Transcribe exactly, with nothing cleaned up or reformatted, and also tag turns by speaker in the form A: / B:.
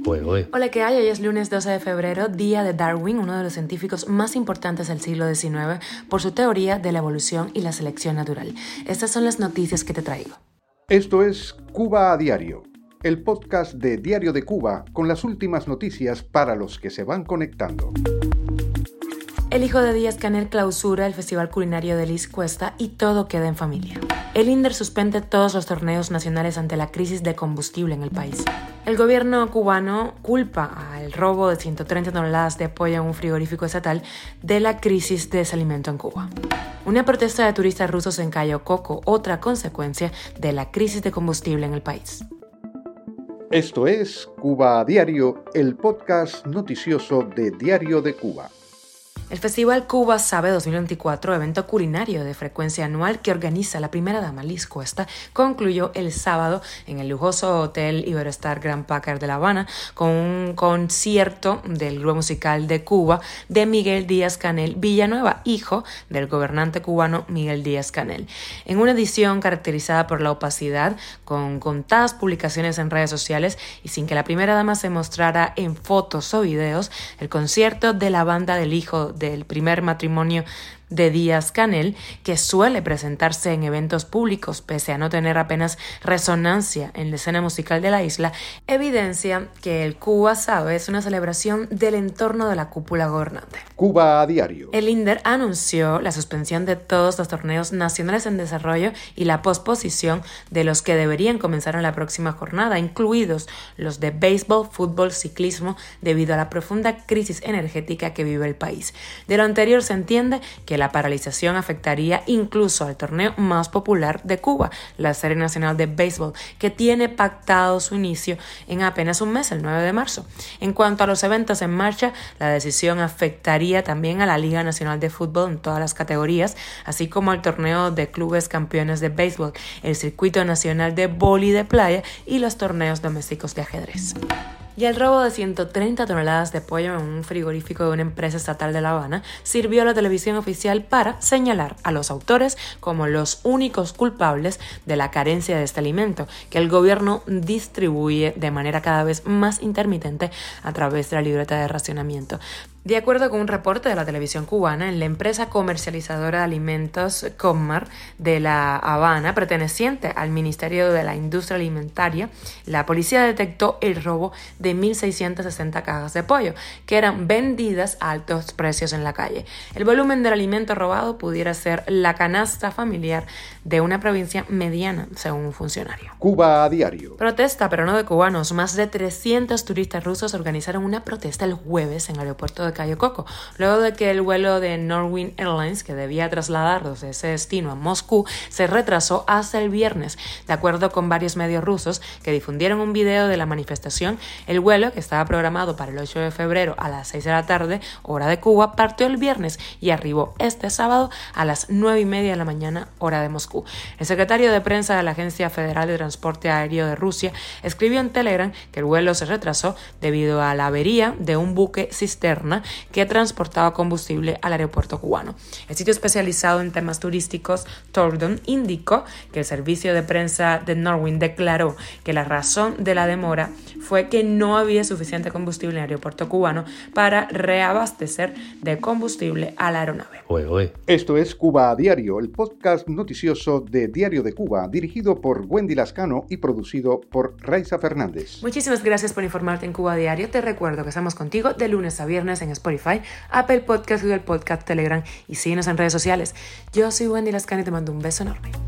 A: Oye, oye.
B: Hola, ¿qué hay? Hoy es lunes doce de febrero, día de Darwin, uno de los científicos más importantes del siglo diecinueve por su teoría de la evolución y la selección natural. Estas son las noticias que te traigo.
C: Esto es Cuba a Diario, el podcast de Diario de Cuba con las últimas noticias para los que se van conectando.
B: El hijo de Díaz-Canel clausura el Festival Culinario de Lis Cuesta y todo queda en familia. El INDER suspende todos los torneos nacionales ante la crisis de combustible en el país. El gobierno cubano culpa al robo de ciento treinta toneladas de pollo en un frigorífico estatal de la crisis de desalimento en Cuba. Una protesta de turistas rusos en Cayo Coco, otra consecuencia de la crisis de combustible en el país.
C: Esto es Cuba a Diario, el podcast noticioso de Diario de Cuba.
B: El Festival Cuba Sabe dos mil veinticuatro, evento culinario de frecuencia anual que organiza la primera dama Lis Cuesta, concluyó el sábado en el lujoso Hotel Iberostar Grand Packard de La Habana con un concierto del grupo musical de Cuba de Miguel Díaz-Canel Villanueva, hijo del gobernante cubano Miguel Díaz-Canel. En una edición caracterizada por la opacidad, con contadas publicaciones en redes sociales y sin que la primera dama se mostrara en fotos o videos, el concierto de la banda del hijo del primer matrimonio de Díaz-Canel, que suele presentarse en eventos públicos pese a no tener apenas resonancia en la escena musical de la isla, evidencia que el Cuba Sabe es una celebración del entorno de la cúpula gobernante.
C: Cuba a Diario.
B: El INDER anunció la suspensión de todos los torneos nacionales en desarrollo y la posposición de los que deberían comenzar en la próxima jornada, incluidos los de béisbol, fútbol, ciclismo, debido a la profunda crisis energética que vive el país. De lo anterior se entiende que la paralización afectaría incluso al torneo más popular de Cuba, la Serie Nacional de Béisbol, que tiene pactado su inicio en apenas un mes, el nueve de marzo. En cuanto a los eventos en marcha, la decisión afectaría también a la Liga Nacional de Fútbol en todas las categorías, así como al torneo de clubes campeones de béisbol, el Circuito Nacional de Vóley de Playa y los torneos domésticos de ajedrez. Y el robo de ciento treinta toneladas de pollo en un frigorífico de una empresa estatal de La Habana sirvió a la televisión oficial para señalar a los autores como los únicos culpables de la carencia de este alimento, que el gobierno distribuye de manera cada vez más intermitente a través de la libreta de racionamiento. De acuerdo con un reporte de la televisión cubana, en la empresa comercializadora de alimentos Commar de La Habana, perteneciente al Ministerio de la Industria Alimentaria, la policía detectó el robo de mil seiscientas sesenta cajas de pollo, que eran vendidas a altos precios en la calle. El volumen del alimento robado pudiera ser la canasta familiar de una provincia mediana, según un funcionario.
C: Cuba a Diario.
B: Protesta, pero no de cubanos. Más de trescientos turistas rusos organizaron una protesta el jueves en el aeropuerto de Cayo Coco, luego de que el vuelo de Norwegian Airlines, que debía trasladarlos de ese destino a Moscú, se retrasó hasta el viernes. De acuerdo con varios medios rusos que difundieron un video de la manifestación, el vuelo, que estaba programado para el ocho de febrero a las seis de la tarde, hora de Cuba, partió el viernes y arribó este sábado a las nueve y media de la mañana, hora de Moscú. El secretario de prensa de la Agencia Federal de Transporte Aéreo de Rusia escribió en Telegram que el vuelo se retrasó debido a la avería de un buque cisterna que transportaba combustible al aeropuerto cubano. El sitio especializado en temas turísticos Tordon indicó que el servicio de prensa de Norwegian declaró que la razón de la demora fue que no había suficiente combustible en el aeropuerto cubano para reabastecer de combustible a la aeronave.
A: Oye, oye.
C: Esto es Cuba a Diario, el podcast noticioso de Diario de Cuba, dirigido por Wendy Lascano y producido por Raiza Fernández.
B: Muchísimas gracias por informarte en Cuba a Diario. Te recuerdo que estamos contigo de lunes a viernes en Spotify, Apple Podcast, Google Podcast, Telegram y síguenos en redes sociales. Yo soy Wendy Lascano y te mando un beso enorme.